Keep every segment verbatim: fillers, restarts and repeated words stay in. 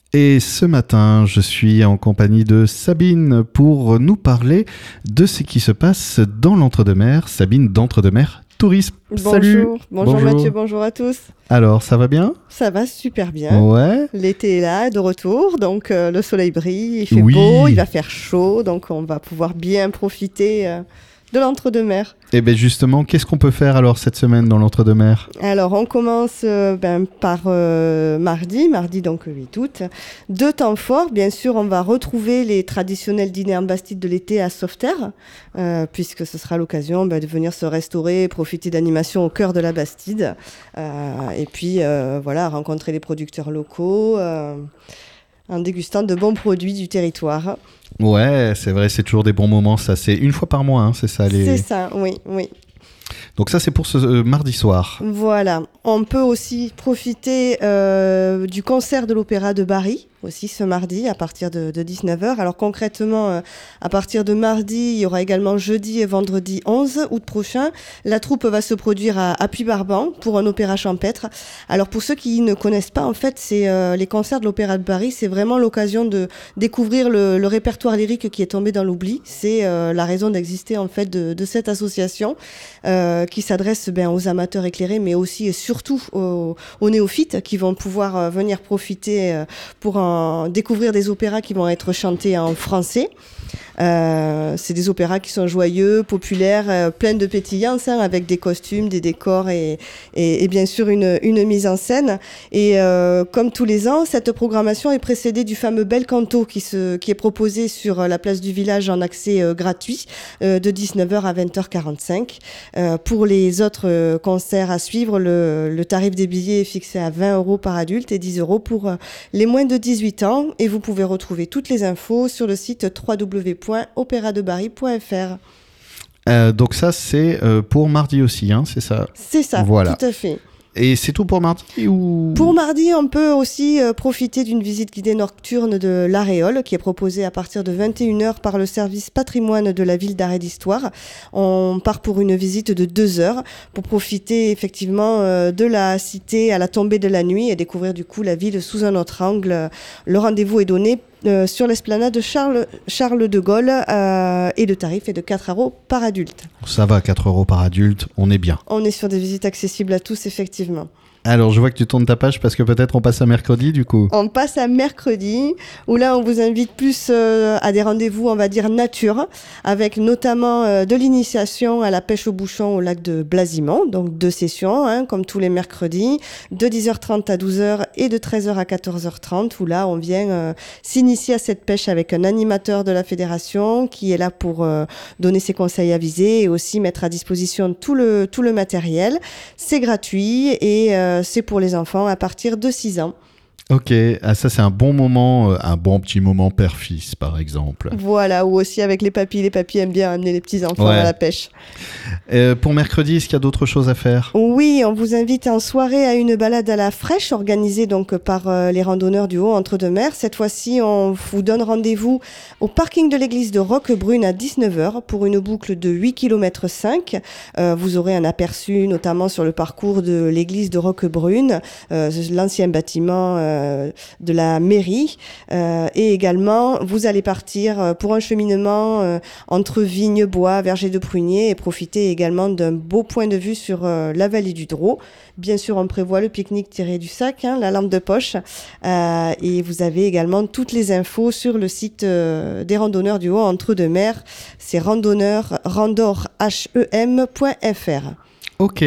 Et ce matin, je suis en compagnie de Sabine pour nous parler de ce qui se passe dans l'Entre-deux-Mers. Sabine d'Entre-deux-Mers Tourisme. Bonjour. Salut. Bonjour, Bonjour Mathieu, bonjour à tous. Alors, ça va bien ? Ça va super bien. Ouais. L'été est là, de retour, donc euh, le soleil brille, il fait Oui. beau, il va faire chaud, donc on va pouvoir bien profiter euh, de l'Entre-deux-Mers. Et bien justement, qu'est-ce qu'on peut faire alors cette semaine dans l'Entre-deux-Mers ? Alors on commence euh, ben, par euh, mardi, mardi donc le huit août. Deux temps forts, bien sûr on va retrouver les traditionnels dîners en Bastide de l'été à Sauveterre, euh, puisque ce sera l'occasion ben, de venir se restaurer, profiter d'animations au cœur de la Bastide, euh, et puis euh, voilà, rencontrer les producteurs locaux, euh, en dégustant de bons produits du territoire. Ouais, c'est vrai, c'est toujours des bons moments, ça. C'est une fois par mois, hein, c'est ça les... C'est ça, oui, oui. Donc ça, c'est pour ce euh, mardi soir. Voilà. On peut aussi profiter euh, du concert de l'Opéra de Bari, aussi ce mardi, à partir de, de dix-neuf heures. Alors concrètement, euh, à partir de mardi, il y aura également jeudi et vendredi onze août prochain. La troupe va se produire à, à Puy-Barban pour un opéra champêtre. Alors pour ceux qui ne connaissent pas, en fait, c'est euh, les concerts de l'Opéra de Bari, c'est vraiment l'occasion de découvrir le, le répertoire lyrique qui est tombé dans l'oubli. C'est euh, la raison d'exister, en fait, de, de cette association euh, qui s'adresse ben, aux amateurs éclairés, mais aussi et surtout aux, aux néophytes qui vont pouvoir euh, venir profiter euh, pour en découvrir des opéras qui vont être chantés en français. Euh, c'est des opéras qui sont joyeux, populaires, euh, pleins de pétillance, hein, avec des costumes, des décors et, et, et bien sûr une, une mise en scène. Et euh, comme tous les ans, cette programmation est précédée du fameux bel canto qui, se, qui est proposé sur la place du village en accès euh, gratuit euh, de dix-neuf heures à vingt heures quarante-cinq. Euh, pour les autres euh, concerts à suivre, le, le tarif des billets est fixé à vingt euros par adulte et dix euros pour euh, les moins de dix-huit ans. Et vous pouvez retrouver toutes les infos sur le site w w w point opéra de bari point f r. Euh, donc ça, c'est euh, pour mardi aussi, hein, c'est ça ? C'est ça, voilà. Tout à fait. Et c'est tout pour mardi ou... Pour mardi, on peut aussi euh, profiter d'une visite guidée nocturne de l'Aréole qui est proposée à partir de vingt et une heures par le service patrimoine de la ville d'Arrêt d'Histoire. On part pour une visite de deux heures pour profiter effectivement euh, de la cité à la tombée de la nuit et découvrir du coup la ville sous un autre angle. Le rendez-vous est donné Euh, sur l'esplanade de Charles, Charles de Gaulle euh, et le tarif est de quatre euros par adulte. Ça va, quatre euros par adulte, on est bien. On est sur des visites accessibles à tous, effectivement. Alors, je vois que tu tournes ta page parce que peut-être on passe à mercredi, du coup. On passe à mercredi, où là, on vous invite plus euh, à des rendez-vous, on va dire, nature, avec notamment euh, de l'initiation à la pêche au bouchon au lac de Blasimont, donc deux sessions, hein, comme tous les mercredis, de dix heures trente à douze heures et de treize heures à quatorze heures trente, où là, on vient euh, s'initier à cette pêche avec un animateur de la fédération qui est là pour euh, donner ses conseils avisés et aussi mettre à disposition tout le, tout le matériel. C'est gratuit et euh, c'est pour les enfants à partir de six ans. Ok, ah, ça c'est un bon moment, euh, un bon petit moment père-fils par exemple. Voilà, ou aussi avec les papis. Les papis aiment bien amener les petits-enfants ouais. à la pêche. Euh, pour mercredi, est-ce qu'il y a d'autres choses à faire ? Oui, on vous invite en soirée à une balade à la fraîche organisée donc par euh, les randonneurs du Haut-Entre-deux-Mers. Cette fois-ci, on vous donne rendez-vous au parking de l'église de Roquebrune à dix-neuf heures pour une boucle de huit virgule cinq kilomètres. Euh, vous aurez un aperçu notamment sur le parcours de l'église de Roquebrune, euh, l'ancien bâtiment euh, de la mairie, euh, et également vous allez partir pour un cheminement euh, entre vignes, bois, vergers de pruniers et profiter également d'un beau point de vue sur euh, la vallée du Drô. Bien sûr, on prévoit le pique-nique tiré du sac, hein, la lampe de poche, euh, et vous avez également toutes les infos sur le site euh, des randonneurs du Haut-Entre-deux-Mers. C'est randonneur randor h e m point f r. Ok,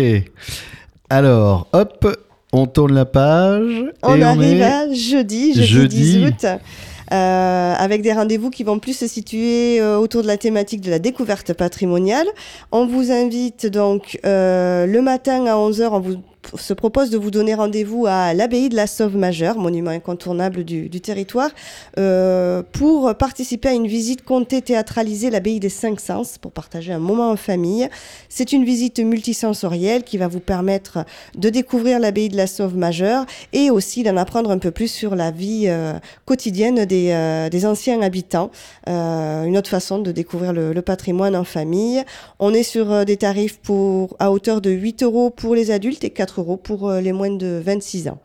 alors hop, on tourne la page. On et arrive on est... à jeudi, jeudi, jeudi. dix août. Euh, avec des rendez-vous qui vont plus se situer euh, autour de la thématique de la découverte patrimoniale. On vous invite donc euh, le matin à onze heures, on vous se propose de vous donner rendez-vous à l'abbaye de la Sauve Majeure, monument incontournable du, du territoire, euh, pour participer à une visite contée théâtralisée l'abbaye des Cinq Sens, pour partager un moment en famille. C'est une visite multisensorielle qui va vous permettre de découvrir l'abbaye de la Sauve Majeure et aussi d'en apprendre un peu plus sur la vie euh, quotidienne des, euh, des anciens habitants. Euh, une autre façon de découvrir le, le patrimoine en famille. On est sur euh, des tarifs pour, à hauteur de huit euros pour les adultes et quatre euros pour euh, les moins de vingt-six ans.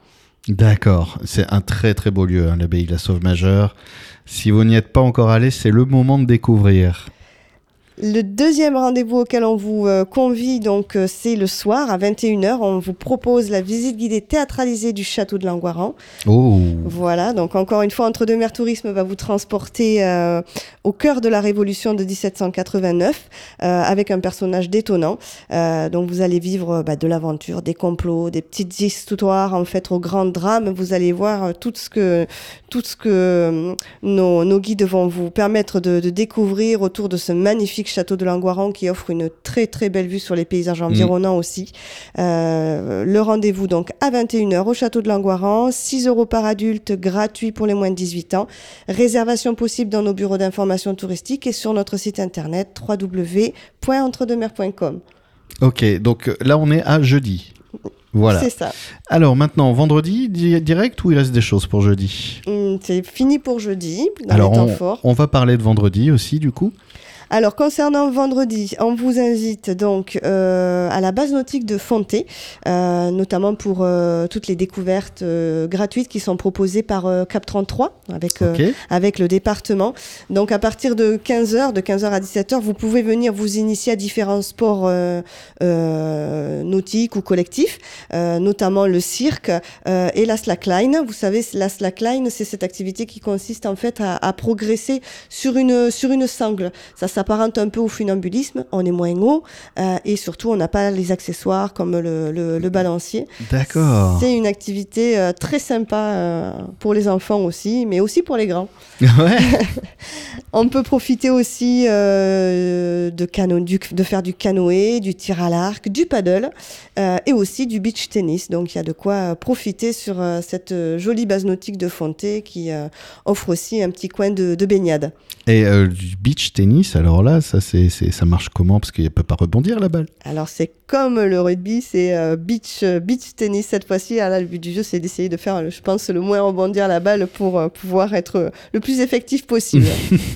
D'accord, c'est un très très beau lieu, hein, l'abbaye de la Sauve-Majeure. Si vous n'y êtes pas encore allé, c'est le moment de découvrir. Le deuxième rendez-vous auquel on vous euh, convie, donc, euh, c'est le soir à vingt et une heures. On vous propose la visite guidée théâtralisée du château de Langoiran. Oh. Voilà, donc encore une fois, Entre-deux-Mers Tourisme va vous transporter euh, au cœur de la Révolution de dix-sept cent quatre-vingt-neuf euh, avec un personnage détonnant. Euh, donc vous allez vivre bah, de l'aventure, des complots, des petites histoires en fait au grand drame. Vous allez voir euh, tout ce que, tout ce que euh, nos, nos guides vont vous permettre de, de découvrir autour de ce magnifique château de Langoiran qui offre une très très belle vue sur les paysages environnants mmh. aussi. Euh, le rendez-vous donc à vingt et une heures au château de Langoiran, six euros par adulte, gratuit pour les moins de dix-huit ans. Réservation possible dans nos bureaux d'information touristique et sur notre site internet w w w point entre deux mers point com. Ok, donc là on est à jeudi. Voilà. C'est ça. Alors maintenant, vendredi di- direct ou il reste des choses pour jeudi ? mmh, C'est fini pour jeudi, dans Alors les temps on, forts. on va parler de vendredi aussi du coup. Alors, concernant vendredi, on vous invite donc euh, à la base nautique de Fonté, euh, notamment pour euh, toutes les découvertes euh, gratuites qui sont proposées par euh, Cap trente-trois avec, euh, okay. avec le département. Donc, à partir de quinze heures, de quinze heures à dix-sept heures, vous pouvez venir vous initier à différents sports euh, euh, nautiques ou collectifs, euh, notamment le cirque euh, et la slackline. Vous savez, la slackline, c'est cette activité qui consiste en fait à, à progresser sur une, sur une sangle. Ça s'apparente un peu au funambulisme, on est moins haut euh, et surtout on n'a pas les accessoires comme le, le, le balancier. D'accord. C'est une activité euh, très sympa euh, pour les enfants aussi, mais aussi pour les grands. Ouais. On peut profiter aussi euh, de, cano- du, de faire du canoë, du tir à l'arc, du paddle euh, et aussi du beach tennis. Donc il y a de quoi profiter sur euh, cette jolie base nautique de Fonté qui euh, offre aussi un petit coin de, de baignade. Et euh, du beach tennis, alors là, ça, c'est, c'est, ça marche comment ? Parce qu'il ne peut pas rebondir la balle. Alors c'est comme le rugby, c'est euh, beach, euh, beach tennis cette fois-ci. Alors, là, le but du jeu, c'est d'essayer de faire, je pense, le moins rebondir la balle pour euh, pouvoir être euh, le plus effectif possible.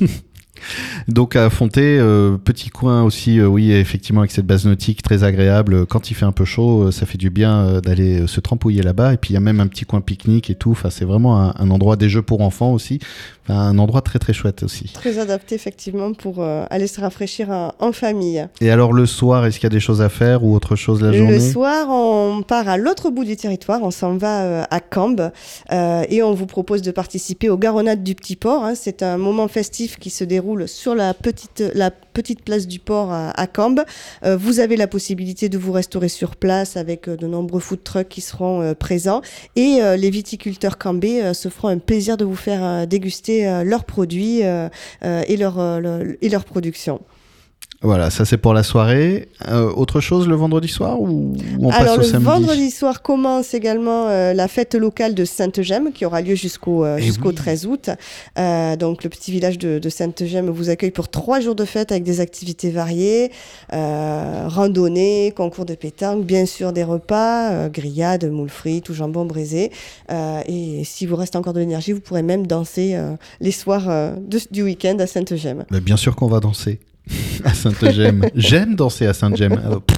Donc à Fonté, euh, petit coin aussi, euh, oui, effectivement, avec cette base nautique très agréable. Quand il fait un peu chaud, euh, ça fait du bien euh, d'aller euh, se trempouiller là-bas. Et puis il y a même un petit coin pique-nique et tout. Enfin, c'est vraiment un, un endroit des jeux pour enfants aussi. Enfin, un endroit très très chouette aussi. Très adapté effectivement pour euh, aller se rafraîchir en, en famille. Et alors le soir, est-ce qu'il y a des choses à faire ou autre chose la journée ? Le soir, on part à l'autre bout du territoire. On s'en va euh, à Cambes euh, et on vous propose de participer aux Garonnades du Petit Port. Hein. C'est un moment festif qui se déroule sur la petite, la petite place du port à, à Cambes. Euh, vous avez la possibilité de vous restaurer sur place avec euh, de nombreux food trucks qui seront euh, présents et euh, les viticulteurs cambais euh, se feront un plaisir de vous faire euh, déguster euh, leurs produits euh, euh, et, leur, euh, le, et leur production. Voilà, ça c'est pour la soirée. Euh, autre chose le vendredi soir ou on Alors, passe au samedi ? Alors le vendredi soir commence également euh, la fête locale de Sainte-Gemme qui aura lieu jusqu'au, euh, jusqu'au oui. treize août. Euh, donc le petit village de, de Sainte-Gemme vous accueille pour trois jours de fête avec des activités variées, euh, randonnées, concours de pétanque, bien sûr des repas, euh, grillades, moules frites ou jambon braisé. Euh, et si vous reste encore de l'énergie, vous pourrez même danser euh, les soirs euh, de, du week-end à Sainte-Gemme. Bah, bien sûr qu'on va danser. À Sainte-Gemme. J'aime danser à Sainte-Gemme.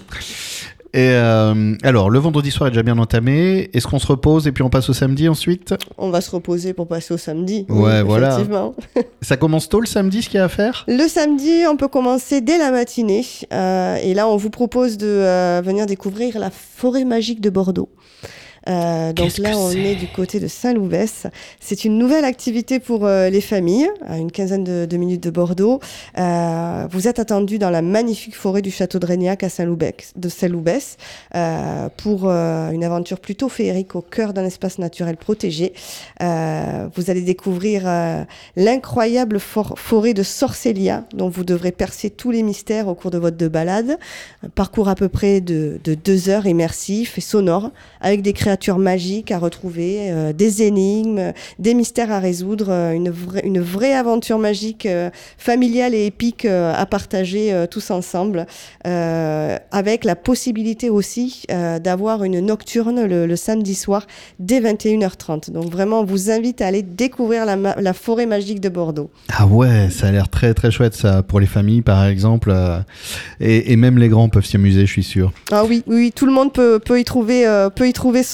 Et euh, alors, le vendredi soir est déjà bien entamé. Est-ce qu'on se repose et puis on passe au samedi ensuite ? On va se reposer pour passer au samedi. Ouais, oui, voilà. Effectivement. Ça commence tôt le samedi, ce qu'il y a à faire ? Le samedi, on peut commencer dès la matinée. Euh, et là, on vous propose de euh, venir découvrir la forêt magique de Bordeaux. Euh, donc Qu'est-ce là, on c'est est du côté de Saint-Loubès. C'est une nouvelle activité pour euh, les familles, à une quinzaine de, de minutes de Bordeaux. Euh, vous êtes attendus dans la magnifique forêt du château de Régnac à Saint-Loubès, de Saint-Loubès euh, pour euh, une aventure plutôt féerique au cœur d'un espace naturel protégé. Euh, vous allez découvrir euh, l'incroyable for- forêt de Sorcellia, dont vous devrez percer tous les mystères au cours de votre de balade. Un parcours à peu près de, de deux heures immersif et sonore, avec des créatures magiques à retrouver, euh, des énigmes, des mystères à résoudre, euh, une, vraie, une vraie aventure magique euh, familiale et épique euh, à partager euh, tous ensemble, euh, avec la possibilité aussi euh, d'avoir une nocturne le, le samedi soir dès vingt et une heures trente. Donc vraiment, on vous invite à aller découvrir la, ma- la forêt magique de Bordeaux. Ah ouais, ça a l'air très très chouette ça, pour les familles par exemple, euh, et, et même les grands peuvent s'y amuser, je suis sûr. Ah oui, oui, tout le monde peut, peut, y, trouver, euh, peut y trouver son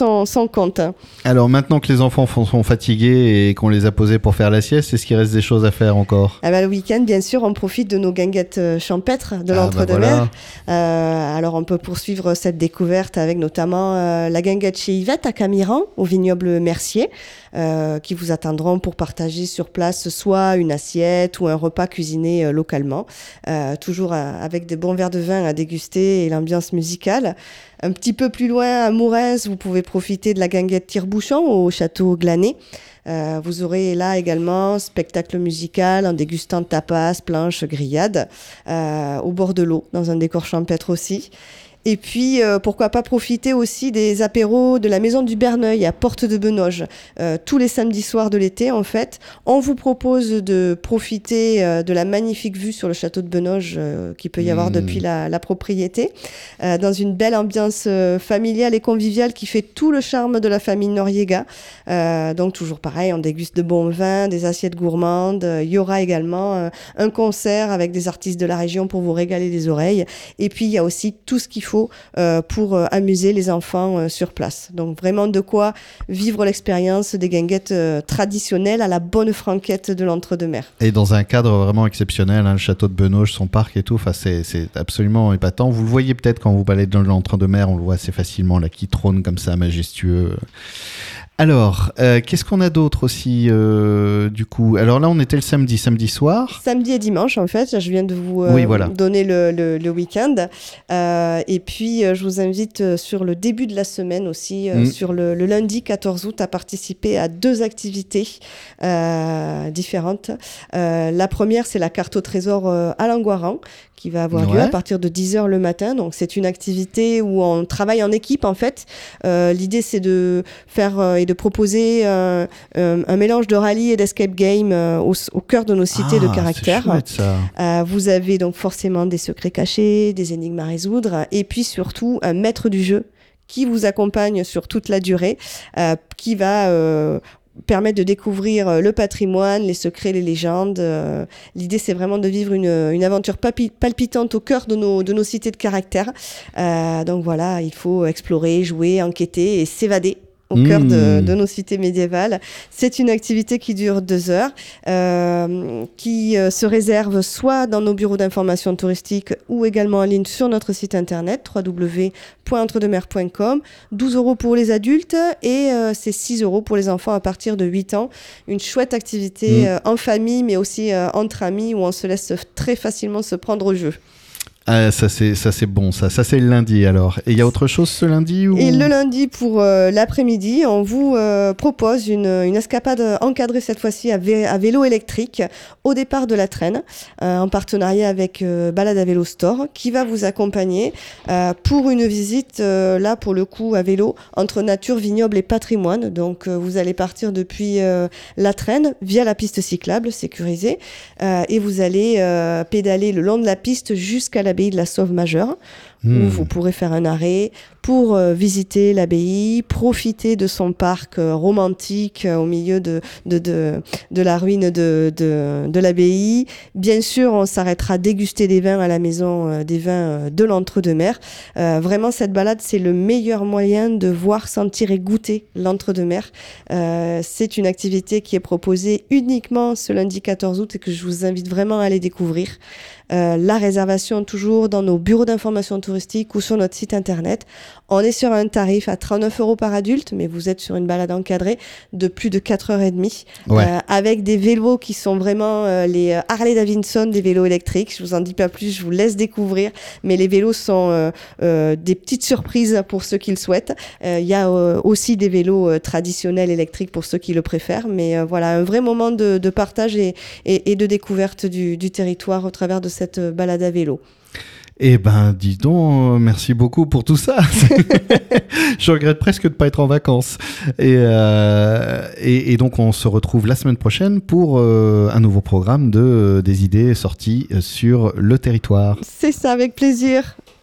son, son compte. Alors maintenant que les enfants sont fatigués et qu'on les a posés pour faire la sieste, est-ce qu'il reste des choses à faire encore? Ah bah, le week-end, bien sûr, on profite de nos guinguettes champêtres de l'Entre-deux-Mers. Ah bah voilà. euh, alors on peut poursuivre cette découverte avec notamment euh, la guinguette chez Yvette à Camiran, au vignoble Mercier, euh, qui vous attendront pour partager sur place soit une assiette ou un repas cuisiné euh, localement, euh, toujours euh, avec des bons verres de vin à déguster et l'ambiance musicale. Un petit peu plus loin, à Mourins, vous pouvez profiter de la guinguette Tire-Bouchon au château Glané. Euh, vous aurez là également spectacle musical en dégustant tapas, planches, grillades, euh, au bord de l'eau, dans un décor champêtre aussi. Et puis, euh, pourquoi pas profiter aussi des apéros de la Maison du Berneuil à Porte de Benoge. Euh, tous les samedis soirs de l'été, en fait, on vous propose de profiter euh, de la magnifique vue sur le château de Benoge euh, qu'il peut y avoir mmh. depuis la, la propriété, euh, dans une belle ambiance euh, familiale et conviviale qui fait tout le charme de la famille Noriega. Euh, donc, toujours pareil, on déguste de bons vins, des assiettes gourmandes. Il y aura également euh, un concert avec des artistes de la région pour vous régaler les oreilles. Et puis, il y a aussi tout ce qu'il faut Euh, pour euh, amuser les enfants euh, sur place. Donc vraiment de quoi vivre l'expérience des guinguettes euh, traditionnelles à la bonne franquette de l'Entre-deux-Mers. Et dans un cadre vraiment exceptionnel, hein, le château de Benoge, son parc et tout, enfin, c'est, c'est absolument épatant. Vous le voyez peut-être quand vous baladez dans l'Entre-deux-Mers, on le voit assez facilement là, qui trône comme ça, majestueux. Alors, euh, qu'est-ce qu'on a d'autre aussi, euh, du coup? Alors là, on était le samedi, samedi soir. Samedi et dimanche, en fait. Je viens de vous euh, oui, voilà. donner le, le, le week-end. Euh, et puis, euh, je vous invite sur le début de la semaine aussi, euh, mmh. sur le, le lundi quatorze août, à participer à deux activités euh, différentes. Euh, la première, c'est la carte au trésor euh, à Langoiran, qui va avoir ouais. lieu à partir de dix heures le matin. Donc, c'est une activité où on travaille en équipe, en fait. Euh, l'idée, c'est de faire euh, et de proposer euh, euh, un mélange de rallye et d'escape game euh, au, au cœur de nos cités ah, de caractère. C'est chouette, ça. Euh, vous avez donc forcément des secrets cachés, des énigmes à résoudre, et puis surtout un maître du jeu qui vous accompagne sur toute la durée, euh, qui va... Euh, permettre de découvrir le patrimoine, les secrets, les légendes. Euh, l'idée, c'est vraiment de vivre une, une aventure papi- palpitante au cœur de nos, de nos cités de caractère. Euh, donc voilà, il faut explorer, jouer, enquêter et s'évader au mmh. cœur de, de nos cités médiévales. C'est une activité qui dure deux heures, euh, qui euh, se réserve soit dans nos bureaux d'information touristique ou également en ligne sur notre site internet w w w point entre deux mers point com. douze euros pour les adultes et euh, c'est six euros pour les enfants à partir de huit ans. Une chouette activité mmh. euh, en famille mais aussi euh, entre amis où on se laisse très facilement se prendre au jeu. Ah, ça c'est ça c'est bon ça ça c'est le lundi alors. Et il y a autre chose ce lundi ou... Et le lundi pour euh, l'après-midi, on vous euh, propose une, une escapade encadrée cette fois-ci à, vé- à vélo électrique au départ de la Traîne, euh, en partenariat avec euh, Balade à Vélo Store, qui va vous accompagner euh, pour une visite euh, là pour le coup à vélo entre nature, vignoble et patrimoine. Donc euh, vous allez partir depuis euh, la Traîne via la piste cyclable sécurisée euh, et vous allez euh, pédaler le long de la piste jusqu'à la de la Sauve Majeure, mmh. où vous pourrez faire un arrêt pour euh, visiter l'abbaye, profiter de son parc euh, romantique euh, au milieu de, de, de, de la ruine de, de, de l'abbaye. Bien sûr, on s'arrêtera déguster des vins à la maison euh, des vins euh, de l'Entre-deux-Mers. Euh, vraiment, cette balade, c'est le meilleur moyen de voir, sentir et goûter l'Entre-deux-Mers. Euh, c'est une activité qui est proposée uniquement ce lundi quatorze août et que je vous invite vraiment à aller découvrir. Euh, la réservation toujours dans nos bureaux d'information touristique ou sur notre site internet. On est sur un tarif à trente-neuf euros par adulte, mais vous êtes sur une balade encadrée de plus de quatre heures trente, ouais. euh, avec des vélos qui sont vraiment euh, les Harley Davidson, des vélos électriques. Je vous en dis pas plus, je vous laisse découvrir, mais les vélos sont euh, euh, des petites surprises pour ceux qui le souhaitent. Il euh, y a euh, aussi des vélos euh, traditionnels électriques pour ceux qui le préfèrent, mais euh, voilà, un vrai moment de, de partage et, et, et de découverte du, du territoire au travers de cette balade à vélo. Eh ben, dis donc, merci beaucoup pour tout ça. Je regrette presque de ne pas être en vacances. Et, euh, et, et donc, on se retrouve la semaine prochaine pour euh, un nouveau programme de, euh, des idées sorties sur le territoire. C'est ça, avec plaisir.